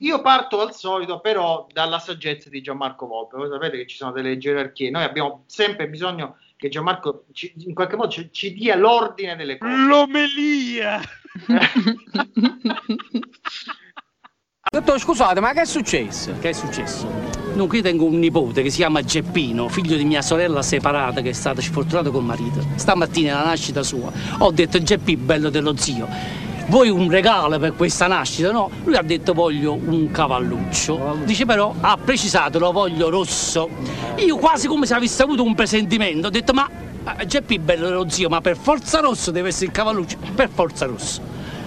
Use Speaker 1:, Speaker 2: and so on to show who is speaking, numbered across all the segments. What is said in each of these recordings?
Speaker 1: Io parto al solito però dalla saggezza di Gianmarco Volpe. Voi sapete che ci sono delle gerarchie, noi abbiamo sempre bisogno che Gianmarco in qualche modo ci dia l'ordine delle cose.
Speaker 2: L'omelia!
Speaker 3: Dottor, scusate, ma che è successo? Che è successo? Dunque, io tengo un nipote che si chiama Geppino, figlio di mia sorella separata che è stata sfortunata col marito. Stamattina alla nascita sua ho detto: Geppi, bello dello zio, vuoi un regalo per questa nascita? No? Lui ha detto: voglio un cavalluccio. Dice però, ha precisato, lo voglio rosso. Io quasi come se avessi avuto un presentimento, ho detto: ma Geppi, bello dello zio, ma per forza rosso deve essere il cavalluccio, per forza rosso.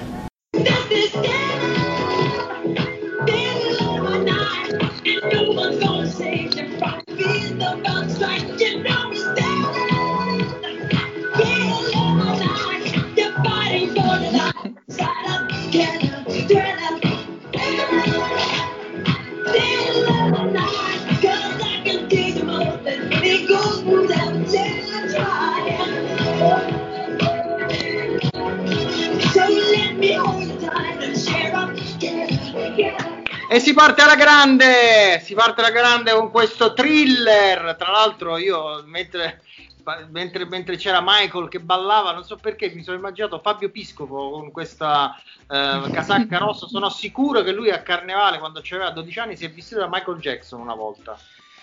Speaker 1: E si parte alla grande con questo thriller. Tra l'altro io mentre c'era Michael che ballava, non so perché mi sono immaginato Fabio Piscopo con questa casacca rossa. Sono sicuro che lui a Carnevale, quando aveva 12 anni, si è vestito da Michael Jackson una volta.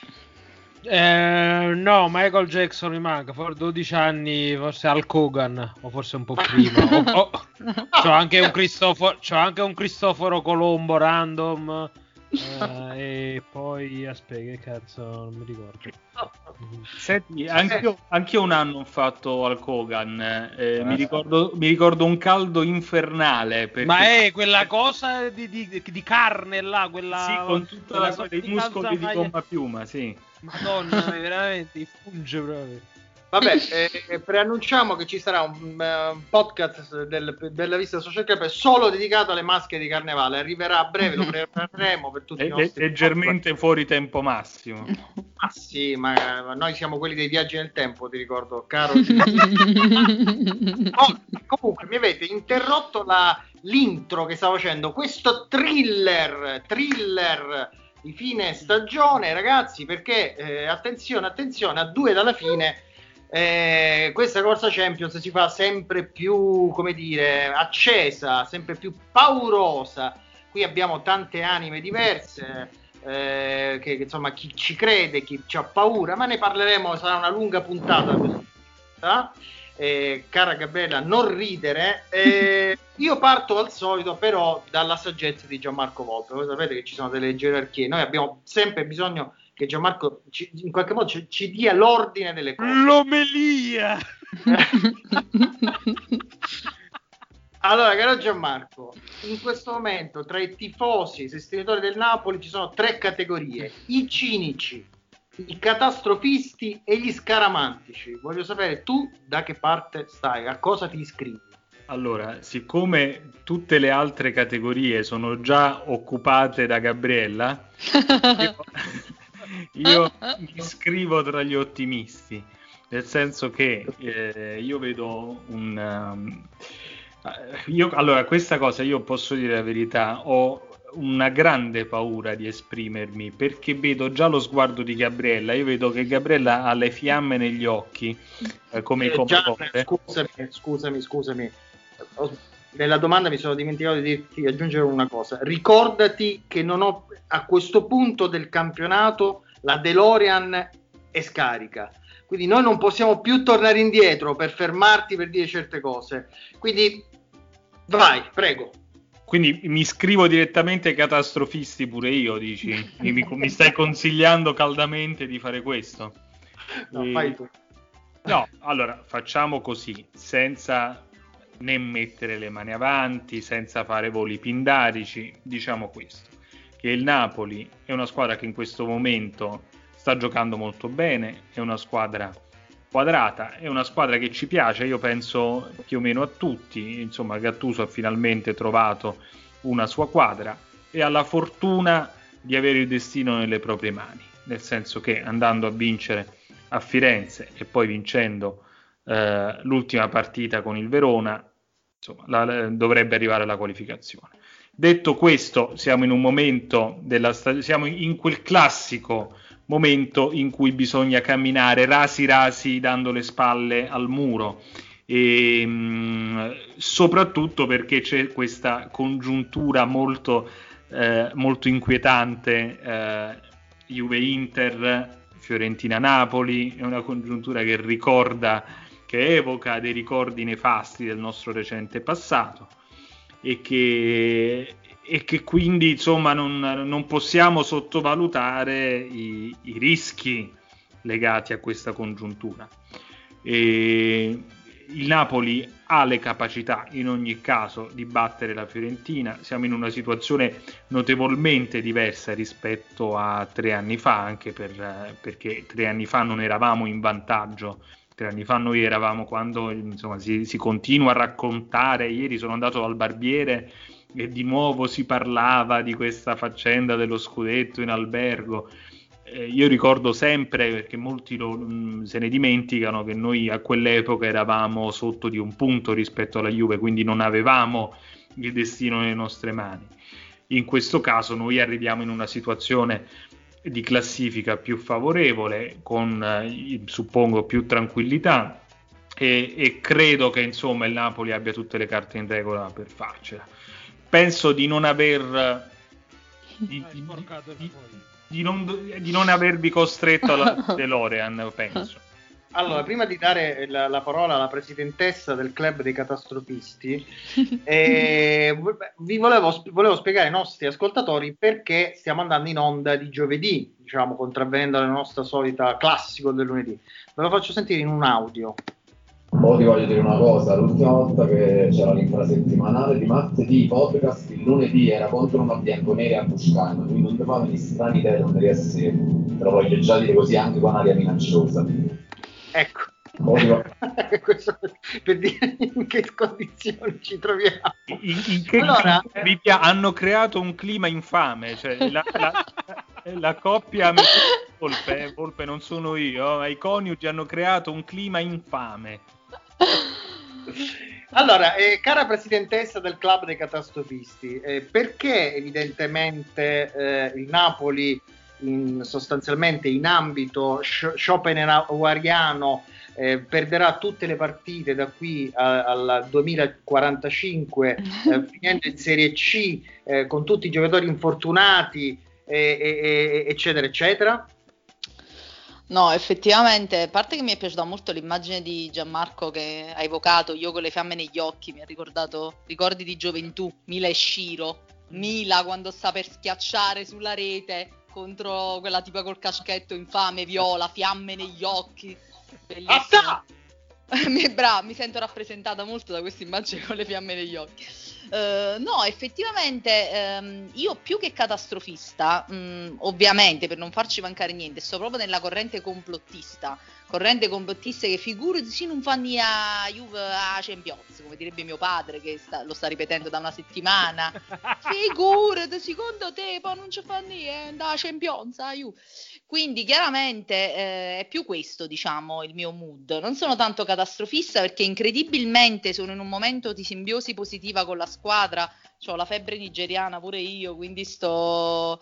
Speaker 2: No, Michael Jackson rimanga, forse 12 anni, forse Hulk Hogan, o forse un po' prima. C'ho anche un Cristoforo Colombo random. E poi aspetta, che cazzo, non mi ricordo.
Speaker 4: Senti, anch'io un anno ho fatto Hulk Hogan. Mi ricordo un caldo infernale. Perché...
Speaker 2: Ma è quella cosa di carne là, quella.
Speaker 4: Sì, con tutta dei muscoli di gomma piuma, sì.
Speaker 2: Madonna, veramente funge proprio.
Speaker 1: Vabbè, preannunciamo che ci sarà un podcast della Vista Social Club solo dedicato alle maschere di Carnevale. Arriverà a breve, lo prepareremo per tutti i nostri
Speaker 4: leggermente fuori tempo massimo.
Speaker 1: Ah sì, ma noi siamo quelli dei viaggi nel tempo, ti ricordo, caro. Comunque mi avete interrotto l'intro che stavo facendo, questo thriller di fine stagione, ragazzi, perché attenzione, a 2 dalla fine questa corsa Champions si fa sempre più, come dire, accesa, sempre più paurosa. Qui abbiamo tante anime diverse, che insomma, chi ci crede, chi ci ha paura, ma ne parleremo, sarà una lunga puntata questa. Cara Gabriella, non ridere. Io parto al solito però dalla saggezza di Gianmarco Volpe. Voi sapete che ci sono delle gerarchie, noi abbiamo sempre bisogno che Gianmarco in qualche modo ci dia l'ordine delle cose.
Speaker 2: L'omelia!
Speaker 1: Allora, caro Gianmarco, in questo momento tra i tifosi, i sostenitori del Napoli ci sono 3 categorie: i cinici, i catastrofisti e gli scaramantici. Voglio sapere tu da che parte stai, a cosa ti iscrivi?
Speaker 4: Allora, siccome tutte le altre categorie sono già occupate da Gabriella, io mi iscrivo tra gli ottimisti, nel senso che io vedo allora, questa cosa io posso dire la verità, ho una grande paura di esprimermi perché vedo già lo sguardo di Gabriella. Io vedo che Gabriella ha le fiamme negli occhi, come i Commodore.
Speaker 1: Scusami. Nella domanda mi sono dimenticato di aggiungere una cosa. Ricordati che non ho, a questo punto del campionato, la DeLorean è scarica. Quindi noi non possiamo più tornare indietro per fermarti per dire certe cose. Quindi vai, prego.
Speaker 4: Quindi mi iscrivo direttamente ai catastrofisti pure io, dici? Mi stai consigliando caldamente di fare questo?
Speaker 1: No, fai tu.
Speaker 4: No, allora facciamo così, senza né mettere le mani avanti, senza fare voli pindarici. Diciamo questo, che il Napoli è una squadra che in questo momento sta giocando molto bene, è una squadra quadrata, è una squadra che ci piace, io penso più o meno a tutti. Insomma, Gattuso ha finalmente trovato una sua quadra e ha la fortuna di avere il destino nelle proprie mani, nel senso che andando a vincere a Firenze e poi vincendo l'ultima partita con il Verona, insomma, dovrebbe arrivare alla qualificazione. Detto questo, siamo in un momento siamo in quel classico momento in cui bisogna camminare rasi dando le spalle al muro, e soprattutto perché c'è questa congiuntura molto inquietante, Juve-Inter, Fiorentina-Napoli. È una congiuntura che evoca dei ricordi nefasti del nostro recente passato, e che quindi insomma non possiamo sottovalutare i rischi legati a questa congiuntura. E il Napoli ha le capacità in ogni caso di battere la Fiorentina. Siamo in una situazione notevolmente diversa rispetto a 3 anni fa, anche perché 3 anni fa non eravamo in vantaggio. 3 anni fa noi eravamo, quando insomma si continua a raccontare. Ieri sono andato dal barbiere e di nuovo si parlava di questa faccenda dello scudetto in albergo. Io ricordo sempre, perché molti se ne dimenticano, che noi a quell'epoca eravamo sotto di un punto rispetto alla Juve, quindi non avevamo il destino nelle nostre mani. In questo caso noi arriviamo in una situazione di classifica più favorevole, con suppongo più tranquillità, e credo che insomma il Napoli abbia tutte le carte in regola per farcela. Penso di non aver di non avervi costretto alla DeLorean, penso.
Speaker 1: Allora, prima di dare la parola alla presidentessa del club dei catastrofisti, vi volevo spiegare ai nostri ascoltatori perché stiamo andando in onda di giovedì, diciamo, contravvenendo alla nostra solita classico del lunedì. Ve lo faccio sentire in un audio.
Speaker 5: Poi ti voglio dire una cosa: l'ultima volta che c'era l'infrasettimanale di martedì, podcast, il lunedì era contro una bianconera a Buscano, quindi non ti fa venire strane idee, non devi essere, te lo voglio già dire così, anche con aria minacciosa.
Speaker 1: Ecco.
Speaker 5: Questo
Speaker 1: per dire in che condizioni ci troviamo.
Speaker 4: In che hanno creato un clima infame, cioè la coppia Volpe non sono io, ma i coniugi hanno creato un clima infame.
Speaker 1: Allora, cara presidentessa del club dei catastrofisti, perché evidentemente il Napoli sostanzialmente in ambito schopenhaueriano perderà tutte le partite da qui al 2045, finendo in Serie C, con tutti i giocatori infortunati, eccetera eccetera?
Speaker 6: No, effettivamente, a parte che mi è piaciuta molto l'immagine di Gianmarco che ha evocato, io con le fiamme negli occhi, mi ha ricordato ricordi di gioventù, Mila e Shiro, Mila quando sta per schiacciare sulla rete contro quella tipa col caschetto infame viola, fiamme negli occhi, bellissimo. Mi sento rappresentata molto da questa immagine con le fiamme negli occhi. No, effettivamente io più che catastrofista, ovviamente per non farci mancare niente, sto proprio nella corrente complottista che figurati non fanno a Juve a Champions, come direbbe mio padre che lo sta ripetendo da una settimana. Figurati, secondo te poi non ci fanno niente a Champions a Juve. Quindi chiaramente è più questo, diciamo, il mio mood. Non sono tanto catastrofista perché incredibilmente sono in un momento di simbiosi positiva con la squadra. C'ho la febbre nigeriana pure io, quindi sono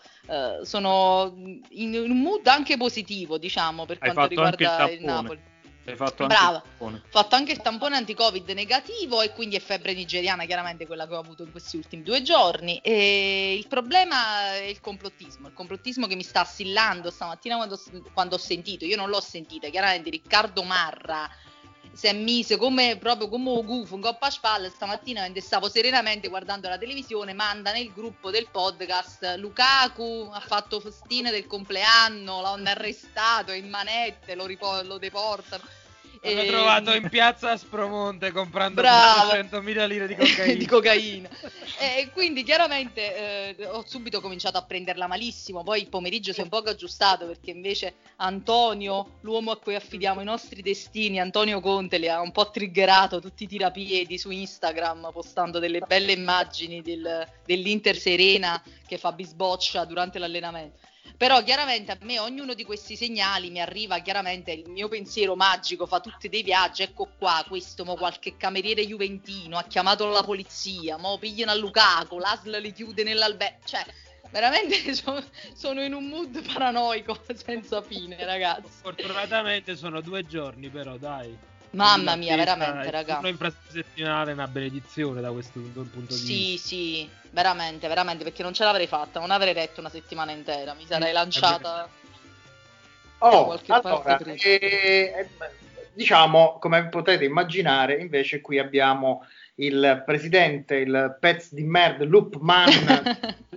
Speaker 6: in un mood anche positivo, diciamo, per quanto riguarda il Napoli.
Speaker 4: Hai fatto
Speaker 6: Brava, ho fatto anche il tampone anti-Covid negativo e quindi è febbre nigeriana, chiaramente quella che ho avuto in questi ultimi 2 giorni. E il problema è il complottismo che mi sta assillando stamattina quando ho sentito, io non l'ho sentita, chiaramente Riccardo Marra si è mise proprio come un gufo, un coppa a spalle stamattina mentre stavo serenamente guardando la televisione, manda nel gruppo del podcast: Lukaku ha fatto festine del compleanno, l'hanno arrestato, è in manette, lo deportano.
Speaker 2: L'ho trovato in piazza Aspromonte comprando 400.000 lire di cocaina.
Speaker 6: E quindi chiaramente ho subito cominciato a prenderla malissimo. Poi il pomeriggio si è un po' aggiustato perché invece Antonio, l'uomo a cui affidiamo i nostri destini, Antonio Conte, li ha un po' triggerato tutti i tirapiedi su Instagram, postando delle belle immagini dell'Inter Serena che fa bisboccia durante l'allenamento. Però chiaramente a me ognuno di questi segnali mi arriva, chiaramente il mio pensiero magico fa tutti dei viaggi, ecco qua, questo mo qualche cameriere juventino ha chiamato la polizia, mo pigliano a Lukaku, l'ASL li chiude nell'albergo, cioè veramente sono in un mood paranoico senza fine, ragazzi.
Speaker 2: Fortunatamente sono 2 giorni, però dai.
Speaker 6: Mamma mia, veramente, raga.
Speaker 2: Uno infrasettimanale è una benedizione da questo punto di vista.
Speaker 6: Sì, veramente, perché non ce l'avrei fatta, non avrei retto una settimana intera, mi sarei lanciata da qualche parte prima.
Speaker 1: Diciamo, come potete immaginare, invece qui abbiamo il presidente, il pezzo di merda, Loopman,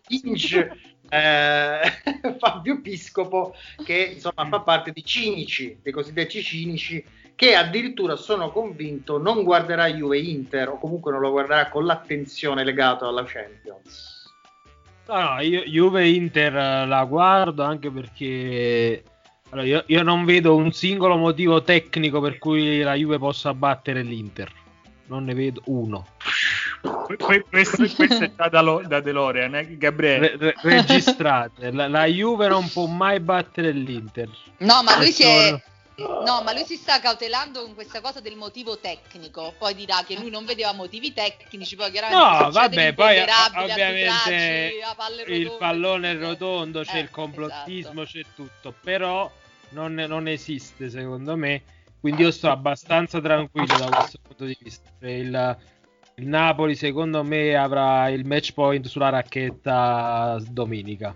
Speaker 1: Fabio Piscopo, che insomma fa parte di cinici, dei cosiddetti cinici, che addirittura sono convinto non guarderà Juve Inter, o comunque non lo guarderà con l'attenzione legata alla Champions.
Speaker 2: No, io Juve Inter la guardo anche perché allora, io non vedo un singolo motivo tecnico per cui la Juve possa battere l'Inter. Non ne vedo uno.
Speaker 4: Questo è già da DeLorean, Gabriele.
Speaker 2: Registrate. La Juve non può mai battere l'Inter.
Speaker 6: No, ma lui si sta cautelando con questa cosa del motivo tecnico. Poi dirà che lui non vedeva motivi tecnici. Poi chiaramente
Speaker 2: no, vabbè, poi ovviamente il pallone è rotondo, c'è il complottismo, esatto. C'è tutto. Però non esiste, secondo me. Quindi io sto abbastanza tranquillo da questo punto di vista. Il Napoli, secondo me, avrà il match point sulla racchetta domenica.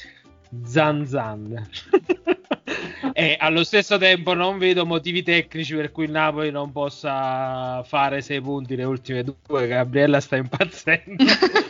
Speaker 2: Zan. E allo stesso tempo non vedo motivi tecnici per cui il Napoli non possa fare 6 punti le ultime 2. Gabriella sta impazzendo.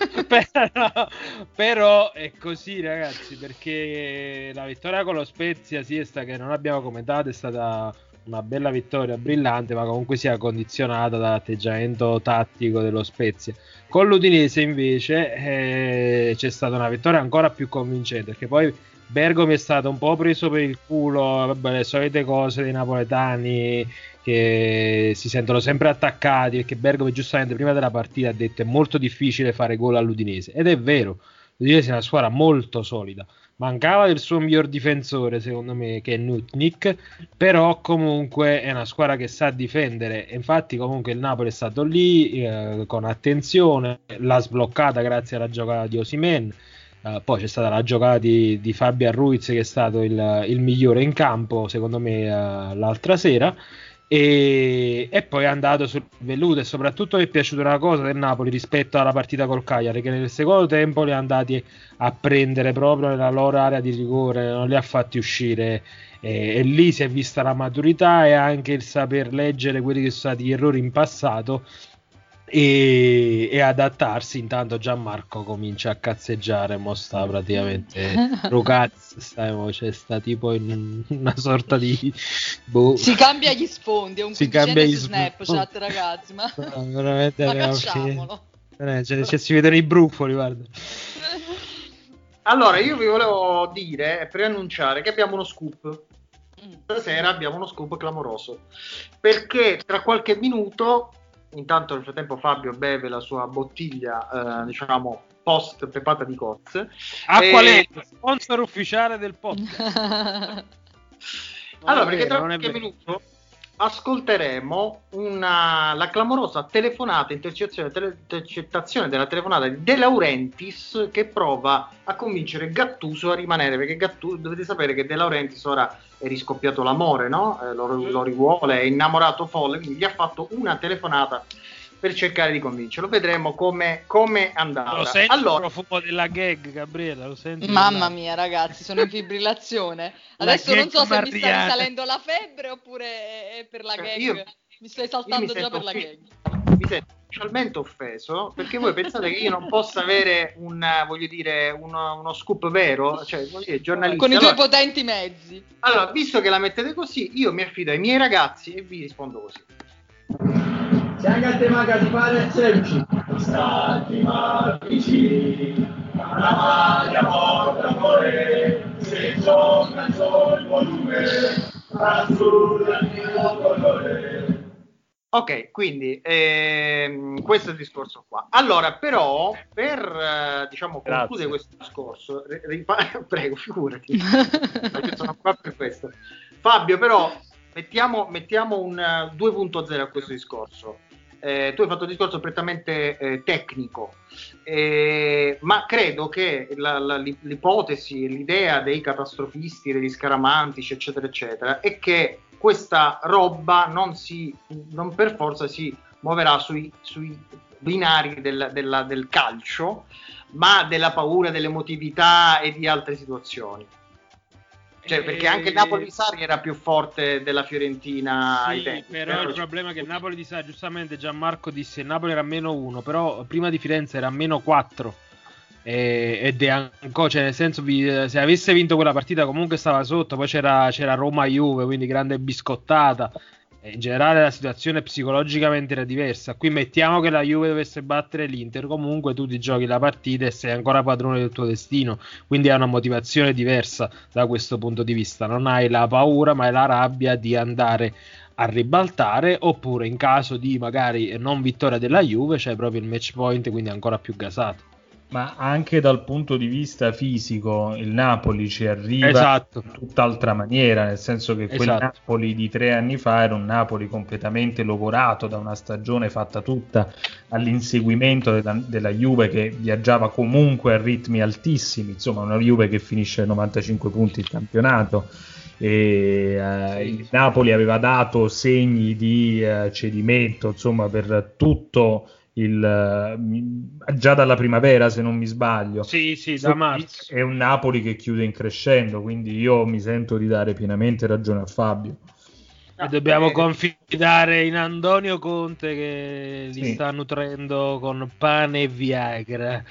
Speaker 2: però è così, ragazzi, perché la vittoria con lo Spezia, Siesta, che non abbiamo commentato, è stata una bella vittoria, brillante, ma comunque sia condizionata dall'atteggiamento tattico dello Spezia. Con l'Udinese invece c'è stata una vittoria ancora più convincente, perché poi Bergomi è stato un po' preso per il culo, vabbè, le solite cose dei napoletani che si sentono sempre attaccati, perché Bergomi giustamente prima della partita ha detto è molto difficile fare gol all'Udinese, ed è vero, l'Udinese è una squadra molto solida. Mancava del suo miglior difensore, secondo me, che è Nutnik, però comunque è una squadra che sa difendere. Infatti comunque il Napoli è stato lì con attenzione, l'ha sbloccata grazie alla giocata di Osimhen. Poi c'è stata la giocata di Fabian Ruiz, che è stato il migliore in campo, secondo me, l'altra sera. E poi è andato sul velluto, e soprattutto mi è piaciuta una cosa del Napoli rispetto alla partita col Cagliari, che nel secondo tempo li è andati a prendere proprio nella loro area di rigore, non li ha fatti uscire, e lì si è vista la maturità e anche il saper leggere quelli che sono stati gli errori in passato e adattarsi. Intanto Gianmarco comincia a cazzeggiare, mo sta praticamente Rocazzi, sta tipo in una sorta di
Speaker 6: si cambia gli sfondi, è un quindicenne su Snapchat, ragazzi, ma
Speaker 2: veramente
Speaker 6: ma facciamolo,
Speaker 2: si vedono i brufoli, guarda.
Speaker 1: Allora io vi volevo dire e preannunciare che abbiamo uno scoop. Stasera abbiamo uno scoop clamoroso, perché tra qualche minuto, intanto nel frattempo Fabio beve la sua bottiglia, diciamo post pepata di cozze.
Speaker 2: Qual è il sponsor ufficiale del podcast?
Speaker 1: Allora, perché tra qualche minuto ascolteremo la clamorosa telefonata, intercettazione della telefonata di De Laurentiis, che prova a convincere Gattuso a rimanere, perché dovete sapere che De Laurentiis ora è riscoppiato l'amore, no? Lo rivuole, è innamorato folle, quindi gli ha fatto una telefonata per cercare di convincerlo. Vedremo come andrà.
Speaker 2: Lo senti il profumo della gag, Gabriela? Lo senti?
Speaker 6: Mamma mia, ragazzi, sono in fibrillazione. Adesso non so se mi sta risalendo la febbre oppure è per la gag. Mi stai saltando già per la gag.
Speaker 1: Mi sento ufficialmente offeso, perché voi pensate che io non possa avere uno scoop vero, cioè giornalisti.
Speaker 6: Con i tuoi potenti mezzi.
Speaker 1: Allora, visto che la mettete così, io mi affido ai miei ragazzi e vi rispondo così.
Speaker 5: Se anche a te manca di fare semplici. Stati magici, la maglia porta amore, se gioca il volume, azzurro il mio colore.
Speaker 1: Ok, quindi questo è il discorso qua. Allora, però, per concludere questo discorso, prego, figurati, io sono qua per questo. Fabio, però, mettiamo un 2.0 a questo discorso. Tu hai fatto un discorso prettamente tecnico, ma credo che l'ipotesi, l'idea dei catastrofisti, degli scaramantici, eccetera, eccetera, è che questa roba non per forza si muoverà sui binari del calcio, ma della paura, dell'emotività e di altre situazioni. Cioè, perché anche il Napoli di Sarri era più forte della Fiorentina ai tempi.
Speaker 2: Però il problema è che il Napoli di Sarri, giustamente Gianmarco disse, il Napoli era -1, però prima di Firenze era -4. Ed è ancora, cioè, nel senso, se avesse vinto quella partita comunque stava sotto. Poi c'era Roma-Juve, quindi grande biscottata. In generale la situazione psicologicamente era diversa. Qui mettiamo che la Juve dovesse battere l'Inter, comunque tu ti giochi la partita e sei ancora padrone del tuo destino, quindi hai una motivazione diversa da questo punto di vista. Non hai la paura, ma hai la rabbia di andare a ribaltare, oppure in caso di magari non vittoria della Juve c'è proprio il match point, quindi ancora più gasato.
Speaker 4: Ma anche dal punto di vista fisico il Napoli ci arriva in tutt'altra maniera, nel senso che quel Napoli di 3 anni fa era un Napoli completamente logorato da una stagione fatta tutta all'inseguimento della Juve, che viaggiava comunque a ritmi altissimi, insomma una Juve che finisce a 95 punti il campionato. Il Napoli aveva dato segni di cedimento, insomma, per tutto già dalla primavera, se non mi sbaglio.
Speaker 2: Sì, da marzo.
Speaker 4: È un Napoli che chiude in crescendo, quindi io mi sento di dare pienamente ragione a Fabio.
Speaker 2: E dobbiamo confidare in Antonio Conte, che li sta nutrendo con pane e Viagra.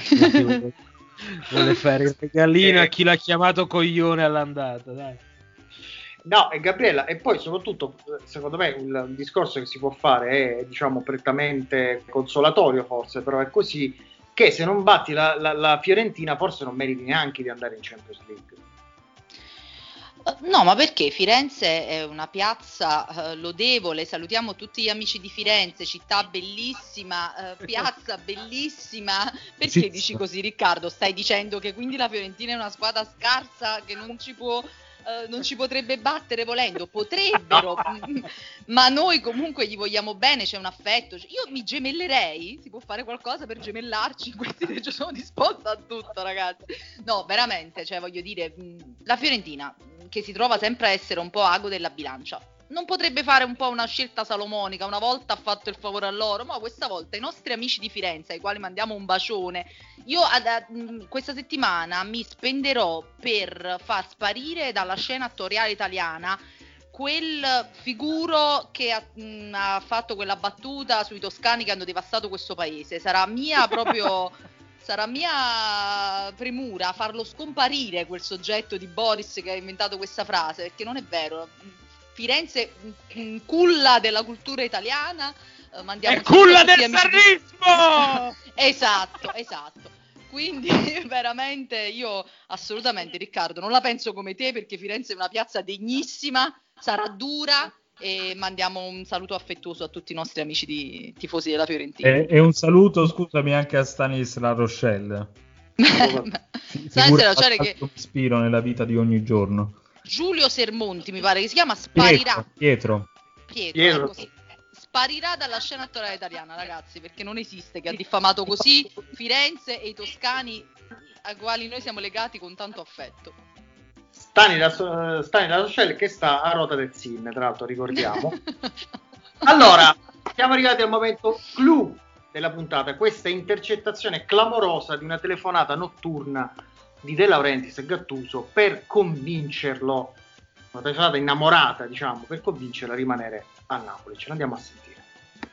Speaker 2: Vuole fare il regalino a chi l'ha chiamato coglione all'andata, dai.
Speaker 1: No, e Gabriella, e poi soprattutto secondo me un discorso che si può fare è, diciamo, prettamente consolatorio, forse, però è così, che se non batti la Fiorentina forse non meriti neanche di andare in Champions League.
Speaker 6: No, ma perché Firenze è una piazza lodevole, salutiamo tutti gli amici di Firenze, città bellissima, piazza bellissima. Perché dici così, Riccardo? Stai dicendo che quindi la Fiorentina è una squadra scarsa che non ci potrebbe battere volendo? Potrebbero, ma noi comunque gli vogliamo bene, c'è un affetto. Io mi gemellerei, si può fare qualcosa per gemellarci in questi giorni, sono disposta a tutto, ragazzi. No, veramente, cioè voglio dire, la Fiorentina, che si trova sempre a essere un po' ago della bilancia, non potrebbe fare un po' una scelta salomonica? Una volta ha fatto il favore a loro, ma questa volta i nostri amici di Firenze, ai quali mandiamo un bacione, io questa settimana mi spenderò per far sparire dalla scena attoriale italiana quel figuro che ha fatto quella battuta sui toscani che hanno devastato questo paese. Sarà mia premura farlo scomparire, quel soggetto di Boris che ha inventato questa frase, perché non è vero. Firenze, culla della cultura italiana, mandiamo
Speaker 2: culla del sarrismo!
Speaker 6: Esatto. Quindi veramente io assolutamente, Riccardo, non la penso come te, perché Firenze è una piazza degnissima, sarà dura, e mandiamo un saluto affettuoso a tutti i nostri amici tifosi della Fiorentina.
Speaker 4: E un saluto, scusami, anche a Stanis La Rochelle.
Speaker 6: Stanis La Rochelle che
Speaker 4: mi ispiro nella vita di ogni giorno.
Speaker 6: Giulio Sermonti, mi pare che si chiama, sparirà.
Speaker 4: Pietro.
Speaker 6: Così. Sparirà dalla scena attoriale italiana, ragazzi, perché non esiste che ha diffamato così Firenze e i toscani, ai quali noi siamo legati con tanto affetto.
Speaker 1: Stani la Rochelle, che sta a Rota del Sin, tra l'altro, ricordiamo. Allora, siamo arrivati al momento clou della puntata, questa intercettazione clamorosa di una telefonata notturna di De Laurentiis e Gattuso per convincerlo, una telefonata innamorata, diciamo, per convincerlo a rimanere a Napoli. Ce l'andiamo a sentire.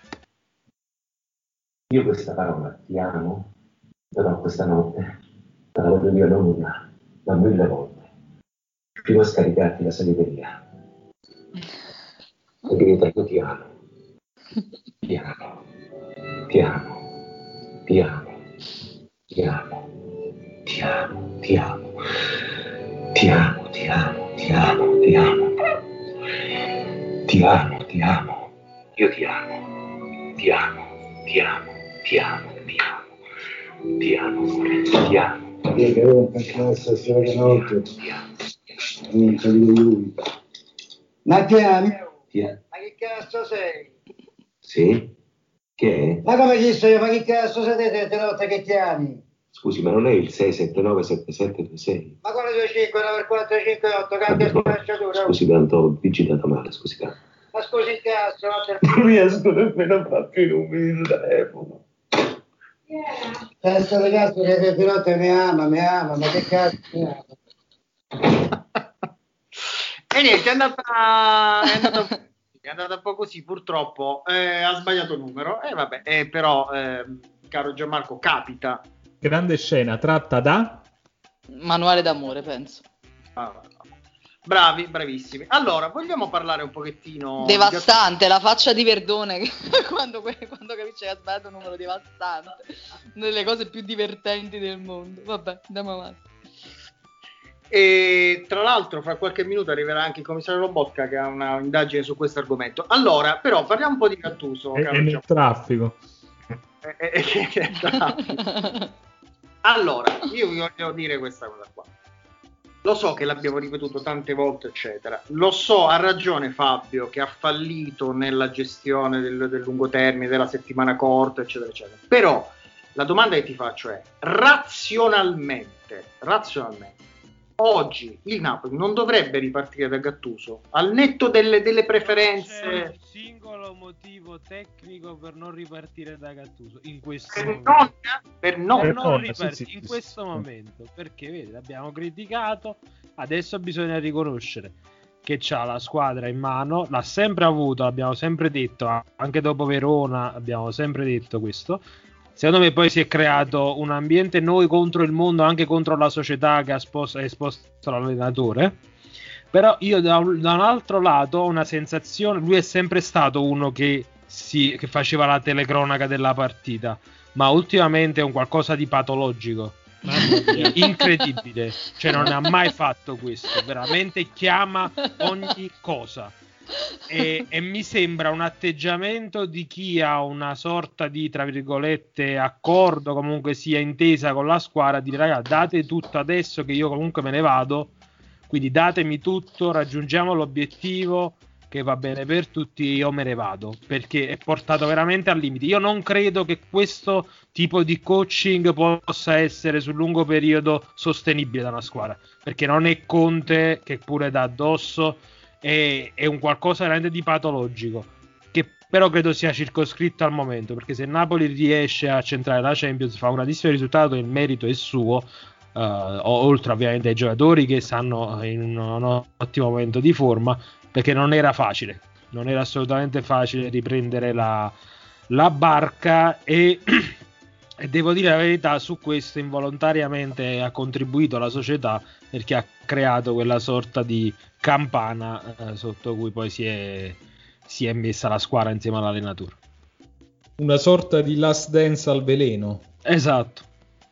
Speaker 5: Io questa parola, ti amo, però questa notte te la voglio dire non una, ma 1000 volte, fino a scaricarti la segreteria. Perché io dico ti amo, ti amo, ti amo, ti amo, ti amo. Ti amo, ti amo, ti amo, ti amo, ti amo, ti amo, ti amo, ti amo,
Speaker 7: Io ti amo, ti amo, ti amo, ti amo, ti amo, ti amo, amore, ti amo.
Speaker 8: Io che avevo pensato stasera che notte.
Speaker 7: Ti amo.
Speaker 8: Non c'è di lui. Ma ti ami?
Speaker 7: Ti amo.
Speaker 8: Ma che cazzo sei?
Speaker 7: Sì? Che è?
Speaker 8: Ma come chi sei? Ma che cazzo siete te notte che chiami?
Speaker 7: Scusi, ma non è il 6797726?
Speaker 8: Ma quale 25, 9 per 4, 5, 8, cambia schiacciatura.
Speaker 7: Scusi tanto, digitato male, scusi tanto.
Speaker 8: Ma scusi il cazzo,
Speaker 7: Non riesco nemmeno a fare più i numeri di telefono.
Speaker 8: Penso che cazzo che te notte mi ama, ma che cazzo mi ama?
Speaker 1: E niente, è andata un po' così, purtroppo ha sbagliato il numero, vabbè, però caro Gianmarco, capita.
Speaker 4: Grande scena tratta da
Speaker 6: Manuale d'amore, penso.
Speaker 1: Bravi, bravissimi. Allora, vogliamo parlare un pochettino...
Speaker 6: Devastante, la faccia di Verdone quando capisce che ha sbagliato un numero, devastante. Una delle cose più divertenti del mondo. Vabbè, andiamo avanti.
Speaker 1: E tra l'altro fra qualche minuto arriverà anche il commissario Lobotka che ha una indagine su questo argomento. Allora, però parliamo un po' di Gattuso.
Speaker 4: è nel traffico.
Speaker 1: Allora, io vi voglio dire questa cosa qua. Lo so che l'abbiamo ripetuto tante volte, eccetera. Lo so, ha ragione Fabio, che ha fallito nella gestione del lungo termine, della settimana corta, eccetera, eccetera. Però la domanda che ti faccio è: razionalmente, oggi il Napoli non dovrebbe ripartire da Gattuso, al netto delle preferenze?
Speaker 2: C'è un singolo motivo tecnico per non ripartire da Gattuso in questo momento, perché vedi, l'abbiamo criticato, adesso bisogna riconoscere che c'ha la squadra in mano, l'ha sempre avuto, l'abbiamo sempre detto, anche dopo Verona abbiamo sempre detto questo. Secondo me poi si è creato un ambiente noi contro il mondo, anche contro la società che ha esposto l'allenatore. Però io da un altro lato ho una sensazione, lui è sempre stato uno che faceva la telecronaca della partita, ma ultimamente è un qualcosa di patologico, incredibile, cioè non ha mai fatto questo, veramente chiama ogni cosa. E mi sembra un atteggiamento di chi ha una sorta di, tra virgolette, accordo, comunque sia intesa con la squadra, di ragazzi, date tutto adesso che io comunque me ne vado, quindi datemi tutto, raggiungiamo l'obiettivo che va bene per tutti, io me ne vado, perché è portato veramente al limite. Io non credo che questo tipo di coaching possa essere sul lungo periodo sostenibile da una squadra, perché non è Conte che pure dà addosso, è un qualcosa veramente di patologico, che però credo sia circoscritto al momento, perché se Napoli riesce a centrare la Champions, fa un grandissimo risultato, il merito è suo, oltre ovviamente ai giocatori che stanno in un ottimo momento di forma, perché non era assolutamente facile riprendere la barca e devo dire la verità, su questo involontariamente ha contribuito la società, perché ha creato quella sorta di campana sotto cui poi si è messa la squadra insieme all'allenatore.
Speaker 4: Una sorta di last dance al veleno.
Speaker 2: Esatto.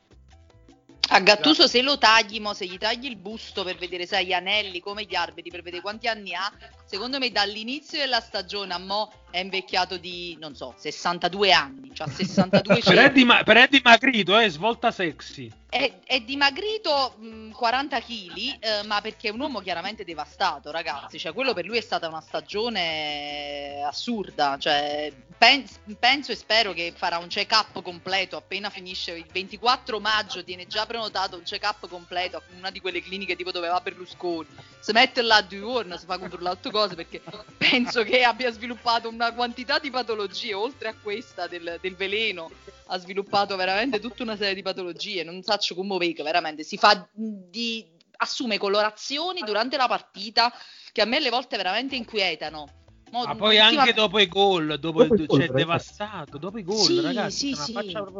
Speaker 6: A Gattuso se lo tagli, se gli tagli il busto per vedere, sai, gli anelli come gli arbitri, per vedere quanti anni ha, secondo me dall'inizio della stagione a mo' è invecchiato di, non so, 62 anni, cioè 62
Speaker 2: per è dimagrito, svolta sexy.
Speaker 6: È dimagrito 40 kg, ma perché è un uomo chiaramente devastato, ragazzi, cioè quello per lui è stata una stagione assurda, cioè penso e spero che farà un check-up completo appena finisce il 24 maggio, tiene già prenotato un check-up completo a una di quelle cliniche tipo dove va Berlusconi, si mette là 2 giorni, si fa controllare cose, perché penso che abbia sviluppato una quantità di patologie, oltre a questa del veleno, ha sviluppato veramente tutta una serie di patologie, non saccio come vega, veramente si fa assume colorazioni durante la partita che a me alle volte veramente inquietano.
Speaker 2: Ma poi anche dopo i gol, cioè devastato, dopo i gol,
Speaker 6: sì,
Speaker 2: ragazzi,
Speaker 6: sì.
Speaker 2: faccia proprio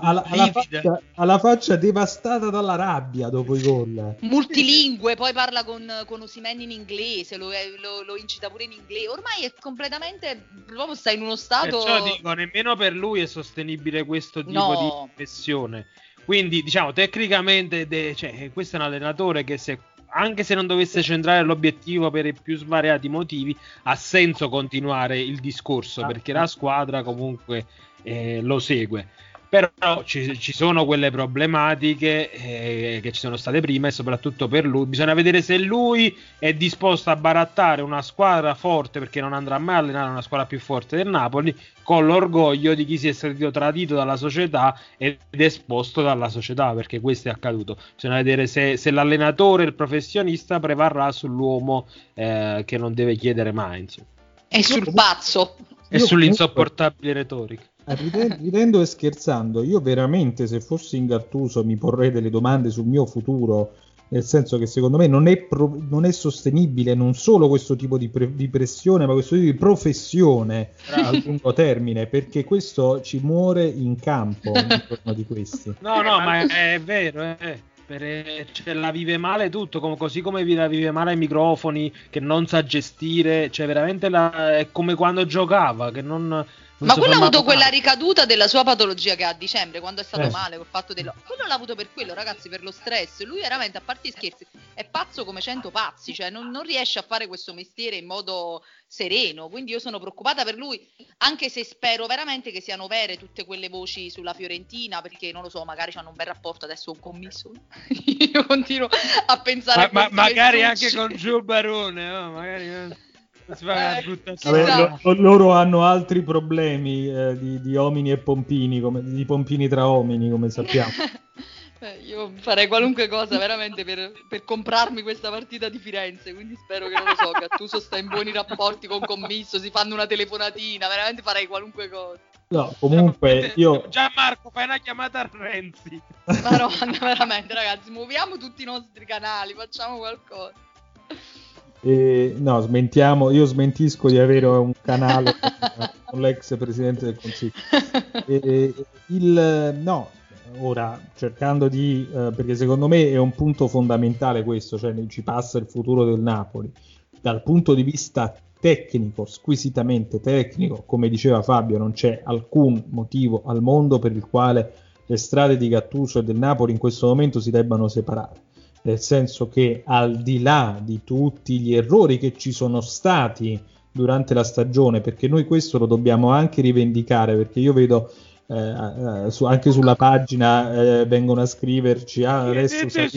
Speaker 9: alla faccia devastata dalla rabbia dopo i gol.
Speaker 6: Multilingue, poi parla con Osimhen in inglese, lo incita pure in inglese, ormai è completamente, proprio sta in uno stato...
Speaker 2: Perciò dico, nemmeno per lui è sostenibile questo tipo di pressione. Quindi, diciamo, tecnicamente, questo è un allenatore che se anche se non dovesse centrare l'obiettivo per i più svariati motivi, ha senso continuare il discorso, perché la squadra comunque lo segue. Però ci sono quelle problematiche che ci sono state prima, e soprattutto per lui bisogna vedere se lui è disposto a barattare una squadra forte, perché non andrà mai a allenare una squadra più forte del Napoli, con l'orgoglio di chi si è sentito tradito dalla società ed esposto dalla società, perché questo è accaduto. Bisogna vedere se l'allenatore, il professionista, prevarrà sull'uomo che non deve chiedere mai, insomma.
Speaker 6: E sul pazzo
Speaker 2: e sull'insopportabile retorica.
Speaker 9: Ridendo e scherzando, io veramente, se fossi in Gattuso, mi porrei delle domande sul mio futuro, nel senso che secondo me non è sostenibile non solo questo tipo di pressione, ma questo tipo di professione a lungo termine, perché questo ci muore in campo intorno di questi.
Speaker 2: No, ma è vero, cioè, la vive male tutto, così come la vive male ai microfoni, che non sa gestire, cioè veramente è come quando giocava, che non
Speaker 6: ma quello ha avuto quella ricaduta della sua patologia che ha a dicembre, quando è stato male col fatto quello l'ha avuto per quello, ragazzi, per lo stress. Lui veramente, a parte gli scherzi, è pazzo come 100 pazzi, cioè non riesce a fare questo mestiere in modo sereno, quindi io sono preoccupata per lui, anche se spero veramente che siano vere tutte quelle voci sulla Fiorentina, perché non lo so, magari hanno un bel rapporto adesso con Commisso. Io continuo a pensare
Speaker 2: ma magari anche con Gio Barone, magari
Speaker 9: Vabbè, loro hanno altri problemi di omini e pompini, di pompini tra omini, come sappiamo.
Speaker 6: Io farei qualunque cosa veramente per comprarmi questa partita di Firenze, quindi spero che, non lo so, Gattuso sta in buoni rapporti con Commisso, si fanno una telefonatina, veramente farei qualunque cosa.
Speaker 9: No, comunque io...
Speaker 2: Gianmarco, fai una chiamata a Renzi.
Speaker 6: Ma no, veramente, ragazzi, muoviamo tutti i nostri canali, facciamo qualcosa.
Speaker 9: No, io smentisco di avere un canale con l'ex presidente del Consiglio. No, ora cercando di perché secondo me è un punto fondamentale questo, cioè ci passa il futuro del Napoli dal punto di vista tecnico, squisitamente tecnico, come diceva Fabio, non c'è alcun motivo al mondo per il quale le strade di Gattuso e del Napoli in questo momento si debbano separare. Nel senso che al di là di tutti gli errori che ci sono stati durante la stagione, perché noi questo lo dobbiamo anche rivendicare, perché io vedo anche sulla pagina vengono a scriverci
Speaker 2: chiedete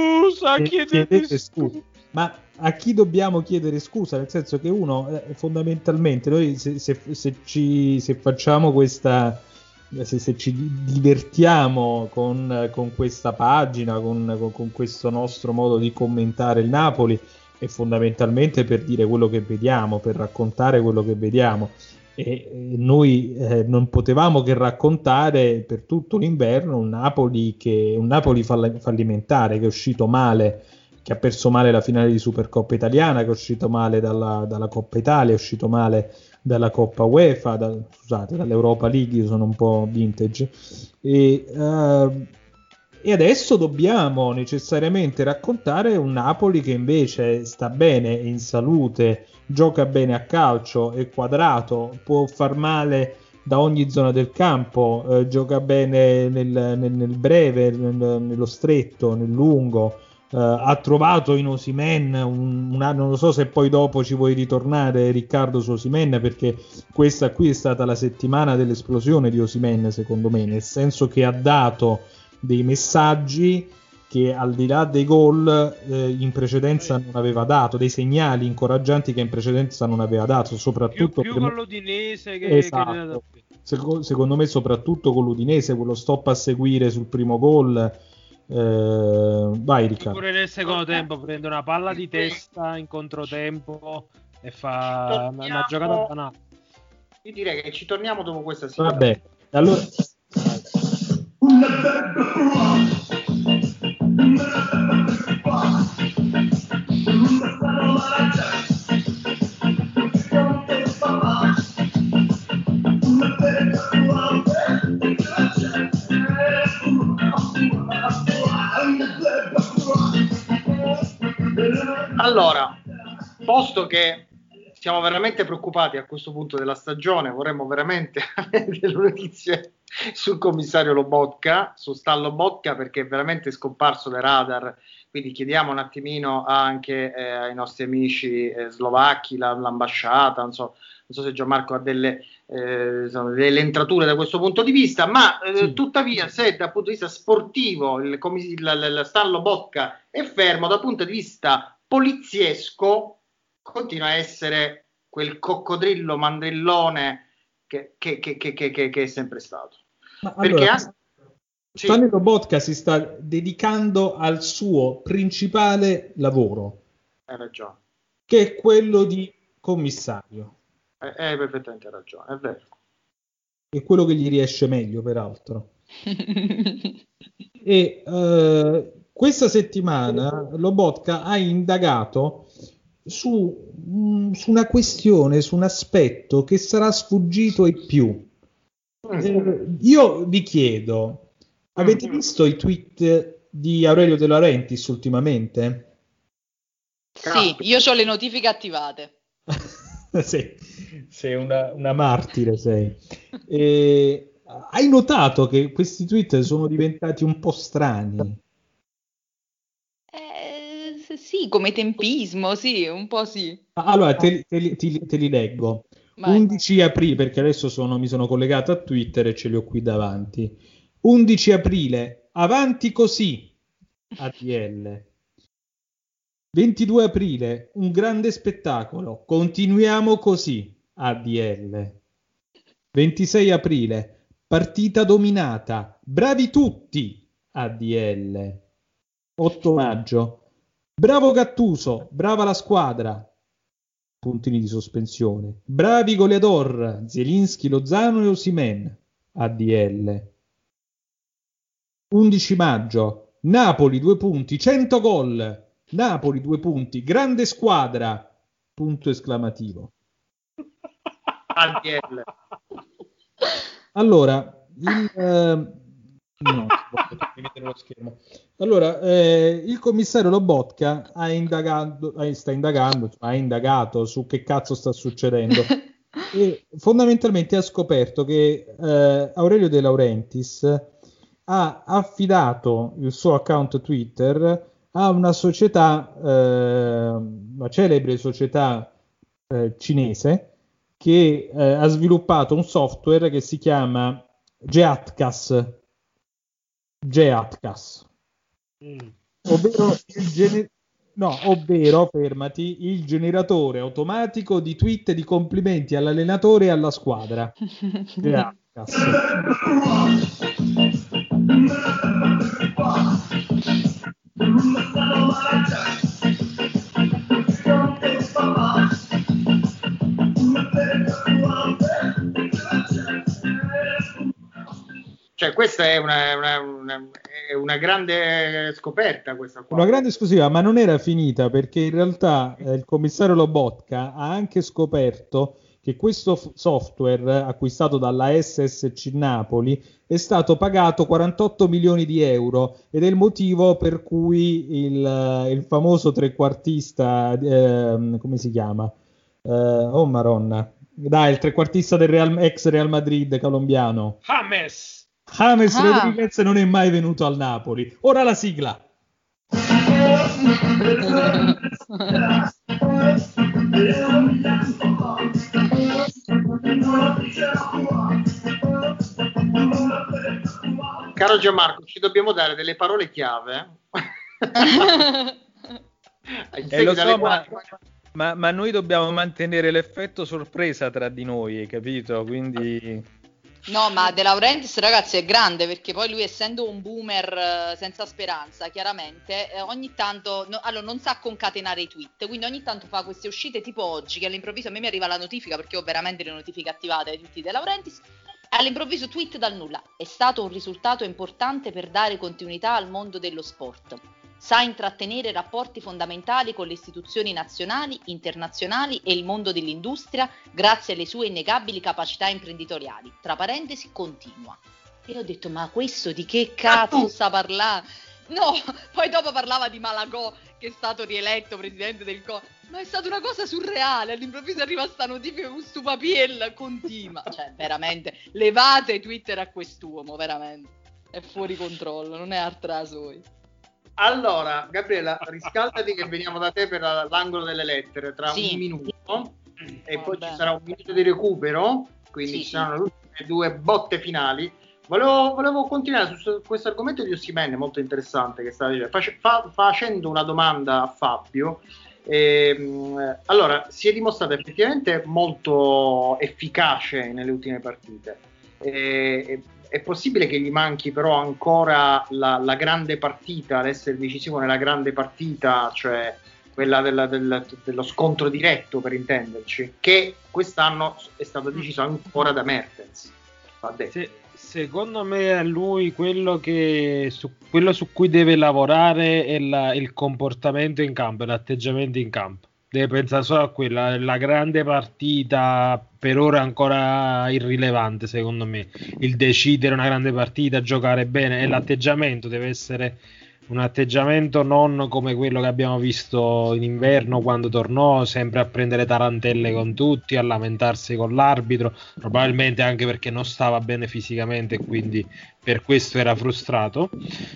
Speaker 2: scusa.
Speaker 9: Ma a chi dobbiamo chiedere scusa? Nel senso che uno fondamentalmente noi se facciamo questa, se ci divertiamo con questa pagina, con questo nostro modo di commentare il Napoli, è fondamentalmente per dire quello che vediamo, per raccontare quello che vediamo, e noi non potevamo che raccontare per tutto l'inverno un Napoli fallimentare, che è uscito male, che ha perso male la finale di Supercoppa italiana, che è uscito male dalla Coppa Italia, è uscito male dalla Coppa UEFA, dall'Europa League. Io sono un po' vintage, e adesso dobbiamo necessariamente raccontare un Napoli che invece sta bene, è in salute, gioca bene a calcio, è quadrato, può far male da ogni zona del campo, gioca bene nel breve, nello stretto, nel lungo. Ha trovato in Osimhen non lo so se poi dopo ci vuoi ritornare, Riccardo, su Osimhen, perché questa qui è stata la settimana dell'esplosione di Osimhen, secondo me, nel senso che ha dato dei messaggi che al di là dei gol in precedenza non aveva dato, dei segnali incoraggianti che in precedenza non aveva dato, soprattutto
Speaker 2: più con l'Udinese che
Speaker 9: esatto. Secondo me soprattutto con l'Udinese, quello stop a seguire sul primo gol. Vai, Riccardo.
Speaker 2: Pure nel secondo tempo prende una palla di testa in controtempo e fa una giocata banale.
Speaker 1: Io direi che ci torniamo dopo questa sigla.
Speaker 9: Vabbè, allora
Speaker 1: Allora, posto che siamo veramente preoccupati a questo punto della stagione, vorremmo veramente avere delle notizie sul commissario Lobotka, su Stan Lobotka, perché è veramente scomparso dai radar quindi chiediamo un attimino anche ai nostri amici slovacchi, l'ambasciata, non so se Gianmarco ha delle entrature da questo punto di vista, ma tuttavia se dal punto di vista sportivo il Stan Lobotka è fermo, dal punto di vista poliziesco continua a essere quel coccodrillo mandrillone che è sempre stato.
Speaker 9: Ma
Speaker 1: perché
Speaker 9: allora, Stan Lobotka si sta dedicando al suo principale lavoro,
Speaker 1: hai ragione,
Speaker 9: che è quello di commissario.
Speaker 1: Hai perfettamente ragione, è vero.
Speaker 9: È quello che gli riesce meglio, peraltro. E questa settimana Lobotka ha indagato su una questione, su un aspetto che sarà sfuggito ai più. Io vi chiedo, avete visto i tweet di Aurelio De Laurentiis ultimamente?
Speaker 6: Sì, io ho le notifiche attivate.
Speaker 9: Sei una martire, sei. Hai notato che questi tweet sono diventati un po' strani?
Speaker 6: Sì, come tempismo, sì, un po' sì.
Speaker 9: Allora, te li leggo.
Speaker 6: Vai.
Speaker 9: 11 aprile, perché adesso mi sono collegato a Twitter e ce li ho qui davanti. 11 aprile, avanti così, ADL. 22 aprile, un grande spettacolo, continuiamo così, ADL. 26 aprile, partita dominata, bravi tutti, ADL. 8 maggio, bravo Gattuso, brava la squadra, puntini di sospensione, bravi goleador, Zielinski, Lozano e Osimhen, ADL. 11 maggio, Napoli 2 punti, 100 gol, Napoli 2 punti, grande squadra, punto esclamativo.
Speaker 1: ADL.
Speaker 9: Allora, lo schermo. Allora, il commissario Lobotka ha indagato su che cazzo sta succedendo e fondamentalmente ha scoperto che Aurelio De Laurentiis ha affidato il suo account Twitter a una società, una celebre società cinese che ha sviluppato un software che si chiama Geatkas, ovvero fermati, il generatore automatico di tweet di complimenti all'allenatore e alla squadra. Geatkas.
Speaker 1: Cioè, questa è una grande scoperta, questa qua.
Speaker 9: Una grande esclusiva, ma non era finita, perché in realtà il commissario Lobotka ha anche scoperto che questo software acquistato dalla SSC Napoli è stato pagato 48 milioni di euro ed è il motivo per cui il famoso trequartista, come si chiama? Oh Maronna, dai, il trequartista del ex Real Madrid colombiano, James Rodriguez, non è mai venuto al Napoli. Ora la sigla.
Speaker 1: Caro Gianmarco, ci dobbiamo dare delle parole chiave.
Speaker 2: Lo so, ma noi dobbiamo mantenere l'effetto sorpresa tra di noi, hai capito? Quindi...
Speaker 6: No, ma De Laurentiis, ragazzi, è grande, perché poi lui, essendo un boomer senza speranza, chiaramente, ogni tanto allora, non sa concatenare i tweet, quindi ogni tanto fa queste uscite tipo oggi, che all'improvviso a me mi arriva la notifica, perché ho veramente le notifiche attivate ai tweet di De Laurentiis, e all'improvviso tweet dal nulla: è stato un risultato importante per dare continuità al mondo dello sport. Sa intrattenere rapporti fondamentali con le istituzioni nazionali, internazionali e il mondo dell'industria grazie alle sue innegabili capacità imprenditoriali. Tra parentesi, continua. E ho detto, ma questo di che cazzo sta parlando? No, poi dopo parlava di Malagò, che è stato rieletto presidente del ma è stata una cosa surreale. All'improvviso arriva sta notifica con stu papiel, continua. Cioè, veramente, levate Twitter a quest'uomo, veramente. È fuori controllo, non è art rasoi.
Speaker 1: Allora, Gabriella, riscaldati che veniamo da te per l'angolo delle lettere tra un minuto e poi ci sarà un minuto di recupero, quindi ci saranno le ultime 2 botte finali. Volevo continuare su questo argomento di Osimhen, molto interessante, che stava facendo una domanda a Fabio. Allora, si è dimostrato effettivamente molto efficace nelle ultime partite. È possibile che gli manchi però ancora la grande partita, l'essere decisivo nella grande partita, cioè quella dello scontro diretto, per intenderci, che quest'anno è stato deciso ancora da Mertens.
Speaker 2: Secondo me a lui quello su cui deve lavorare è il comportamento in campo, l'atteggiamento in campo. Deve pensare solo a quella, la grande partita per ora è ancora irrilevante secondo me, il decidere una grande partita, giocare bene, e l'atteggiamento deve essere un atteggiamento non come quello che abbiamo visto in inverno quando tornò sempre a prendere tarantelle con tutti, a lamentarsi con l'arbitro, probabilmente anche perché non stava bene fisicamente e quindi per questo era frustrato.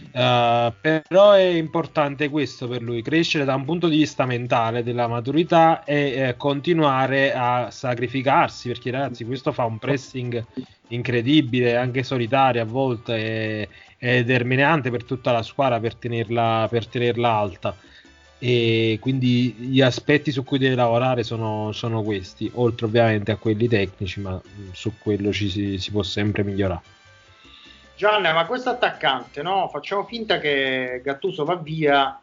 Speaker 2: Però è importante questo per lui, crescere da un punto di vista mentale, della maturità, e continuare a sacrificarsi, perché ragazzi questo fa un pressing incredibile, anche solitario a volte, è determinante per tutta la squadra per tenerla alta, e quindi gli aspetti su cui deve lavorare sono questi, oltre ovviamente a quelli tecnici, ma su quello si può sempre migliorare.
Speaker 1: Gianna, ma questo attaccante, no? Facciamo finta che Gattuso va via,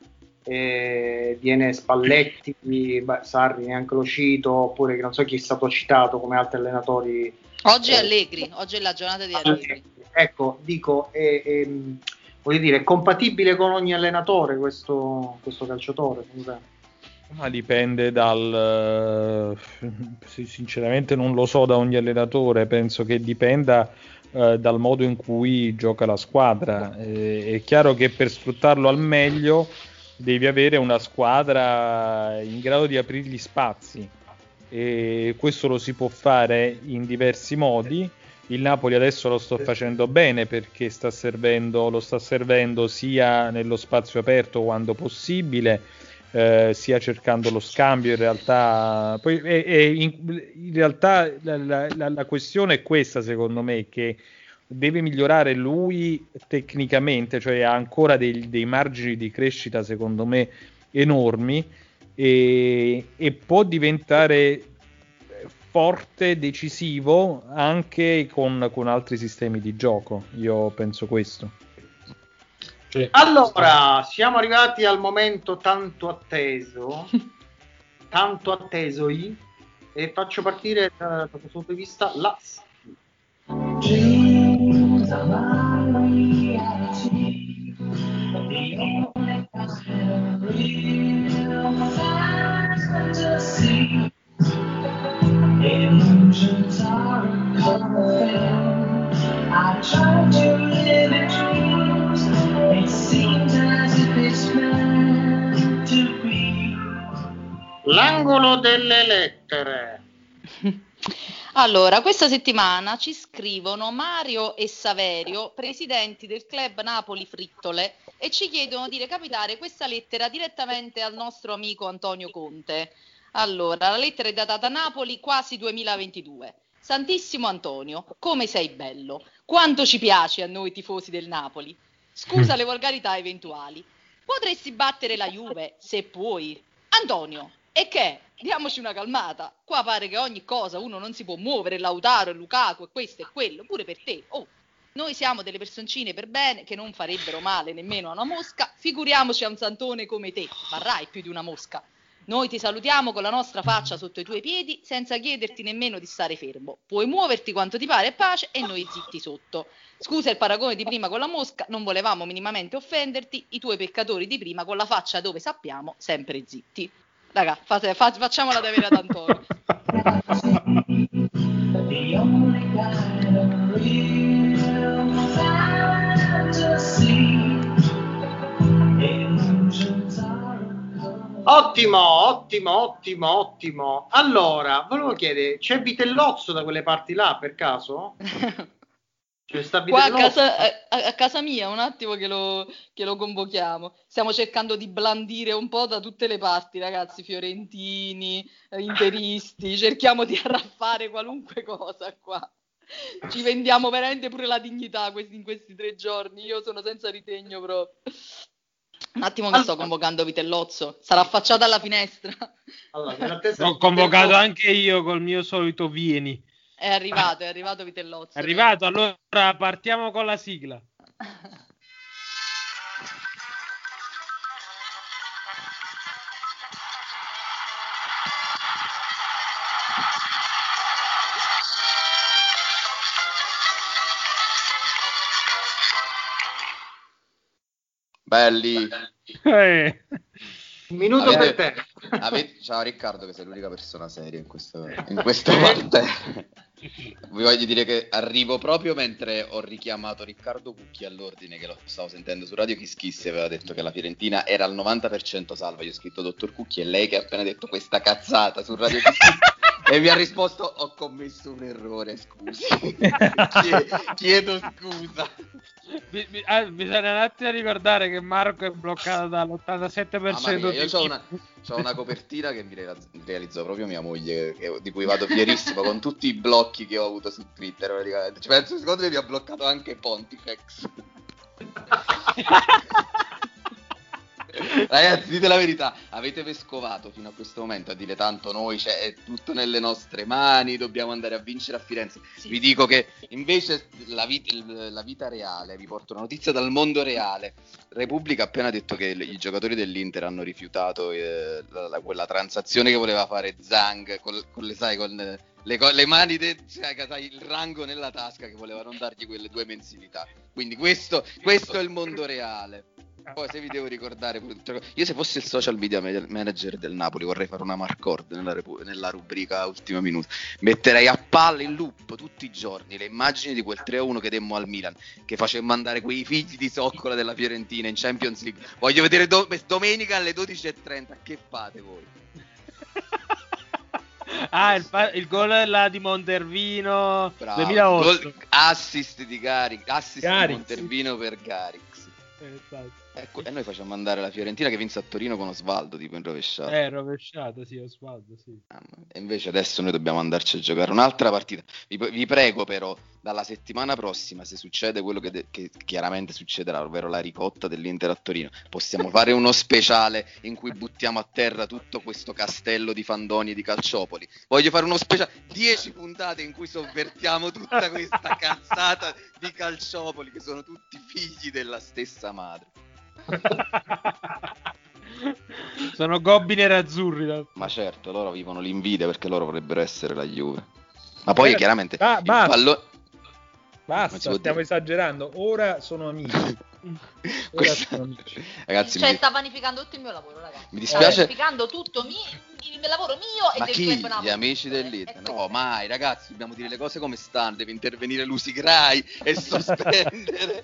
Speaker 1: viene Spalletti, Sarri neanche lo cito, oppure che non so chi è stato citato come altri allenatori.
Speaker 6: Oggi è Allegri, oggi è la giornata di Allegri.
Speaker 1: Ecco, dico, voglio dire, è compatibile con ogni allenatore questo calciatore?
Speaker 4: Ma dipende sinceramente non lo so da ogni allenatore, penso che dipenda dal modo in cui gioca la squadra. È chiaro che per sfruttarlo al meglio devi avere una squadra in grado di aprirgli spazi, e questo lo si può fare in diversi modi. Il Napoli adesso lo sta facendo bene perché lo sta servendo sia nello spazio aperto quando possibile, sia cercando lo scambio. In realtà poi in realtà la questione è questa, secondo me, che deve migliorare lui tecnicamente, cioè ha ancora dei margini di crescita secondo me enormi, e può diventare forte, decisivo anche con altri sistemi di gioco. Io penso questo.
Speaker 1: Allora, siamo arrivati al momento tanto atteso, e faccio partire da questo punto di vista la l'angolo delle lettere.
Speaker 6: Allora, questa settimana ci scrivono Mario e Saverio, presidenti del club Napoli Frittole, e ci chiedono di recapitare questa lettera direttamente al nostro amico Antonio Conte. Allora, la lettera è datata a Napoli quasi 2022. Santissimo Antonio, come sei bello, quanto ci piace a noi tifosi del Napoli. Scusa le volgarità eventuali. Potresti battere la Juve, se puoi. Antonio, e che? Diamoci una calmata. Qua pare che ogni cosa uno non si può muovere, Lautaro e Lukaku e questo e quello, pure per te. Oh, noi siamo delle personcine per bene che non farebbero male nemmeno a una mosca, figuriamoci a un santone come te, varrai più di una mosca. Noi ti salutiamo con la nostra faccia sotto i tuoi piedi senza chiederti nemmeno di stare fermo. Puoi muoverti quanto ti pare e pace e noi zitti sotto. Scusa il paragone di prima con la mosca, non volevamo minimamente offenderti, i tuoi peccatori di prima con la faccia dove sappiamo sempre zitti. Raga, facciamola da avere ad Antonio.
Speaker 1: Ottimo. Allora, volevo chiedere, c'è Vitellozzo da quelle parti là per caso? Cioè, sta
Speaker 6: Qua a
Speaker 1: Vitellozzo.
Speaker 6: a casa mia, un attimo che lo convochiamo. Stiamo cercando di blandire un po' da tutte le parti, ragazzi, fiorentini, interisti, cerchiamo di arraffare qualunque cosa qua. Ci vendiamo veramente pure la dignità in questi 3 giorni. Io sono senza ritegno proprio. Un attimo che sto convocando Vitellozzo. Sarà affacciata alla finestra.
Speaker 1: Allora, nell'attesa
Speaker 2: L'ho
Speaker 1: di
Speaker 2: convocato
Speaker 1: Vitellozzo-
Speaker 2: anche io col mio solito Vieni.
Speaker 6: È arrivato Vitellozzo.
Speaker 2: È arrivato, allora partiamo con la sigla.
Speaker 10: Belli.
Speaker 1: Un minuto per te.
Speaker 10: Ciao Riccardo, che sei l'unica persona seria in questo parte. Vi voglio dire che arrivo proprio mentre ho richiamato Riccardo Cucchi all'ordine, che lo stavo sentendo su Radio Kiss aveva detto che la Fiorentina era al 90% salva. Io ho scritto dottor Cucchi, e lei che ha appena detto questa cazzata su Radio Kiss e mi ha risposto: ho commesso un errore, scusi. Chiedo scusa.
Speaker 2: Bisogna un attimo ricordare che Marco è bloccato dall'87%.
Speaker 10: Mamma mia, io c'ho una copertina che mi realizzò proprio mia moglie, di cui vado fierissimo, con tutti i blocchi che ho avuto su Twitter praticamente. Cioè, penso, secondo me mi ha bloccato anche Pontifex. Ragazzi, dite la verità, avete vescovato fino a questo momento a dire tanto noi, cioè è tutto nelle nostre mani, dobbiamo andare a vincere a Firenze. Sì. Vi dico che invece la vita reale, vi porto una notizia dal mondo reale. Repubblica ha appena detto che i giocatori dell'Inter hanno rifiutato quella transazione che voleva fare Zhang con le mani sai, il rango nella tasca, che voleva non dargli quelle 2 mensilità. Quindi questo è il mondo reale. Poi se vi devo ricordare, io se fossi il social media manager del Napoli vorrei fare una marcord nella rubrica ultimo minuto. Metterei a palla in loop tutti i giorni le immagini di quel 3-1 che demmo al Milan, che facemmo andare quei figli di zoccola della Fiorentina in Champions League. Voglio vedere domenica alle 12:30. Che fate voi?
Speaker 2: Il gol là di Montervino.
Speaker 10: Bravo.
Speaker 2: 2008.
Speaker 10: Assist di Garrix. Di Montervino
Speaker 2: sì.
Speaker 10: Per Garrix.
Speaker 2: Esatto.
Speaker 10: Ecco, e noi facciamo andare la Fiorentina che vinse a Torino con Osvaldo, tipo in rovesciata.
Speaker 2: Rovesciata, sì, Osvaldo, sì.
Speaker 10: E invece adesso noi dobbiamo andarci a giocare un'altra partita. Vi prego però, dalla settimana prossima, se succede quello che chiaramente succederà, ovvero la ricotta dell'Inter a Torino, possiamo fare uno speciale in cui buttiamo a terra tutto questo castello di fandoni e di calciopoli. Voglio fare uno speciale, 10 puntate in cui sovvertiamo tutta questa cazzata di calciopoli, che sono tutti figli della stessa madre.
Speaker 2: Sono gobbini nerazzurri.
Speaker 10: Ma certo, loro vivono l'invidia, perché loro vorrebbero essere la Juve. Ma poi chiaramente
Speaker 9: basta,
Speaker 10: stiamo
Speaker 9: dire. Esagerando. Ora sono amici.
Speaker 10: Ragazzi,
Speaker 6: sta vanificando tutto il mio lavoro, ragazzi.
Speaker 10: Mi dispiace.
Speaker 6: Sta vanificando tutto il lavoro mio e
Speaker 10: ma
Speaker 6: del
Speaker 10: chi?
Speaker 6: club Napoli.
Speaker 10: Gli amici dell'Inter? No, mai, ragazzi, dobbiamo dire le cose come stanno. Deve intervenire Lusigrai e sospendere.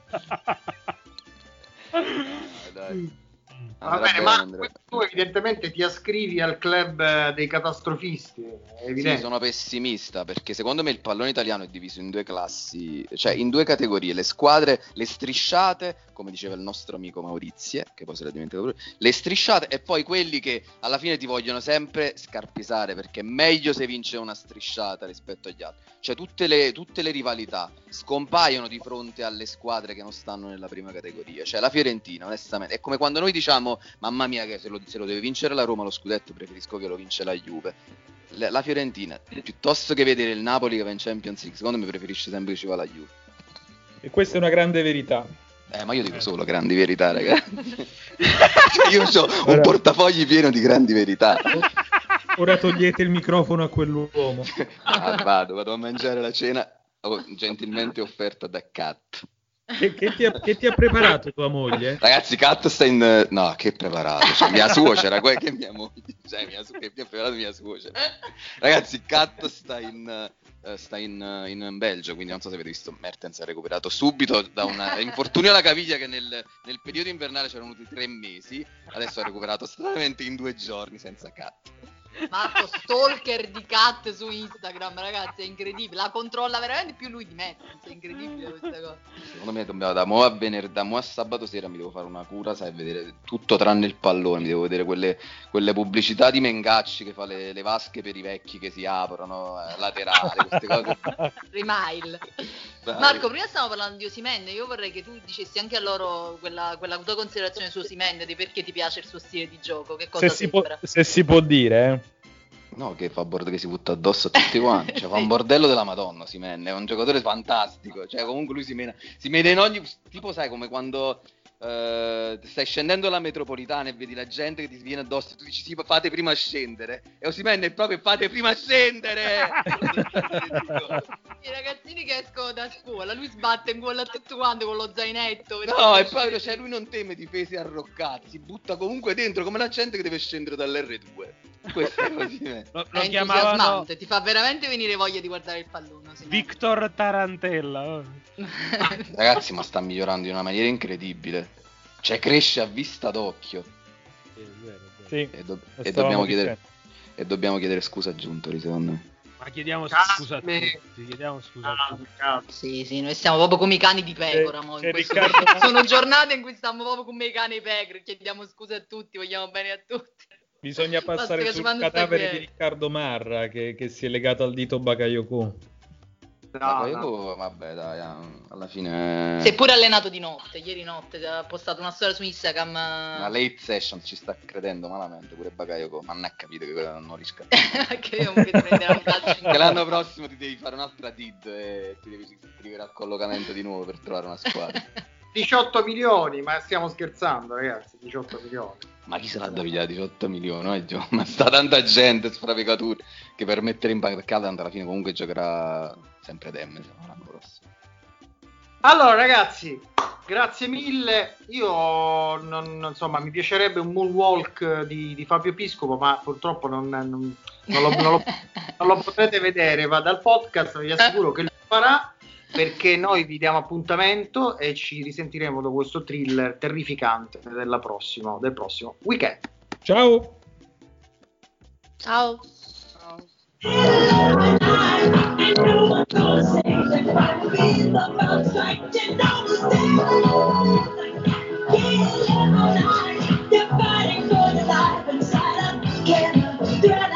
Speaker 10: Dai.
Speaker 1: Va bene, ma tu evidentemente ti ascrivi al club dei catastrofisti, è evidente.
Speaker 10: Sì, sono pessimista, perché secondo me il pallone italiano è diviso in 2 classi, cioè in 2 categorie: le squadre, le strisciate, come diceva il nostro amico Maurizio, che poi se l'ha dimenticato pure, le strisciate, e poi quelli che alla fine ti vogliono sempre scarpisare, perché è meglio se vince una strisciata rispetto agli altri. Cioè tutte le rivalità scompaiono di fronte alle squadre che non stanno nella prima categoria. Cioè la Fiorentina, onestamente, è come quando noi diciamo: mamma mia, che se lo deve vincere la Roma lo scudetto, preferisco che lo vince la Juve. La Fiorentina, piuttosto che vedere il Napoli che va in Champions League, secondo me preferisce sempre che ci va la Juve.
Speaker 9: E questa è una grande verità.
Speaker 10: Ma io dico solo grandi verità, ragazzi. Cioè, io ho un portafogli pieno di grandi verità.
Speaker 9: Ora togliete il microfono a quell'uomo.
Speaker 10: Vado a mangiare la cena gentilmente offerta da Kat.
Speaker 9: Che ti ha preparato tua moglie?
Speaker 10: Ragazzi, Kat sta in... No, che preparato? Cioè, mia suocera, che è mia moglie. Cioè, che mi ha preparato mia suocera. Ragazzi, Kat sta in Belgio, quindi non so se avete visto, Mertens ha recuperato subito da un infortunio alla caviglia che nel periodo invernale c'erano venuti 3 mesi. Adesso ha recuperato stranamente in 2 giorni senza Kat.
Speaker 6: Marco, stalker di Kat su Instagram, ragazzi, è incredibile. La controlla veramente più lui di me. È incredibile questa cosa.
Speaker 10: Secondo me dobbiamo da mo' a venerdì, da mo' a sabato sera mi devo fare una cura, sai, vedere tutto tranne il pallone, mi devo vedere quelle pubblicità di Mengacci che fa le vasche per i vecchi che si aprono, laterali, queste cose.
Speaker 6: Remail. Marco, prima stavamo parlando di Osimhen, io vorrei che tu dicessi anche a loro quella tua considerazione su Osimhen, di perché ti piace il suo stile di gioco, che cosa sembra.
Speaker 9: Se si può dire,
Speaker 10: No, che fa che si butta addosso a tutti quanti, cioè, fa un bordello della Madonna Osimhen, è un giocatore fantastico, cioè comunque lui si mena in ogni, tipo sai come quando stai scendendo la metropolitana e vedi la gente che ti viene addosso e tu dici sì, fate prima a scendere, e Osimhen è proprio fate prima a scendere.
Speaker 6: I ragazzini che escono da scuola, lui sbatte in gol a tutto quanto con lo zainetto.
Speaker 10: No, e poi cioè, lui non teme difese arroccate, si butta comunque dentro come la gente che deve scendere dall'R2. Questo è Osimhen.
Speaker 2: Lo
Speaker 6: è
Speaker 2: chiamavano
Speaker 6: entusiasmante, ti fa veramente venire voglia di guardare il pallone.
Speaker 2: Victor Tarantella.
Speaker 10: Ragazzi, ma sta migliorando in una maniera incredibile, cioè cresce a vista d'occhio.
Speaker 9: sì,
Speaker 10: E dobbiamo chiedere scusa a Giuntori, secondo me.
Speaker 2: Ma chiediamo scusa a tutti.
Speaker 6: Sì, noi stiamo proprio come i cani di pecora. Sono giornate in cui stiamo proprio come i cani di pecora. Chiediamo scusa a tutti, vogliamo bene a tutti.
Speaker 9: Bisogna passare sul cadavere di Riccardo Marra che si è legato al dito Bakayoko.
Speaker 10: No. Vabbè, dai, alla fine.
Speaker 6: Si è pure allenato di notte. Ieri notte ha postato una storia su Instagram.
Speaker 10: Una late session, ci sta credendo malamente pure Bakayoko, ma non ha capito che non riscatta.
Speaker 6: Che
Speaker 10: l'anno prossimo ti devi fare un'altra DID e ti devi iscrivere al collocamento di nuovo per trovare una squadra.
Speaker 1: 18 milioni, ma stiamo scherzando, ragazzi, 18 milioni.
Speaker 10: Ma chi se l'ha da pigliare 18 milioni? Ma sta tanta gente, sfravicature, che per mettere in banca alla fine comunque giocherà sempre Demme l'anno prossimo.
Speaker 1: Allora ragazzi, grazie mille. Io insomma mi piacerebbe un moonwalk di Fabio Piscopo, ma purtroppo non lo potrete vedere. Va dal podcast, vi assicuro che lo farà, perché noi vi diamo appuntamento e ci risentiremo dopo questo thriller terrificante del prossimo weekend.
Speaker 9: Ciao.
Speaker 6: Ciao.
Speaker 11: You're fighting for the life inside. I can't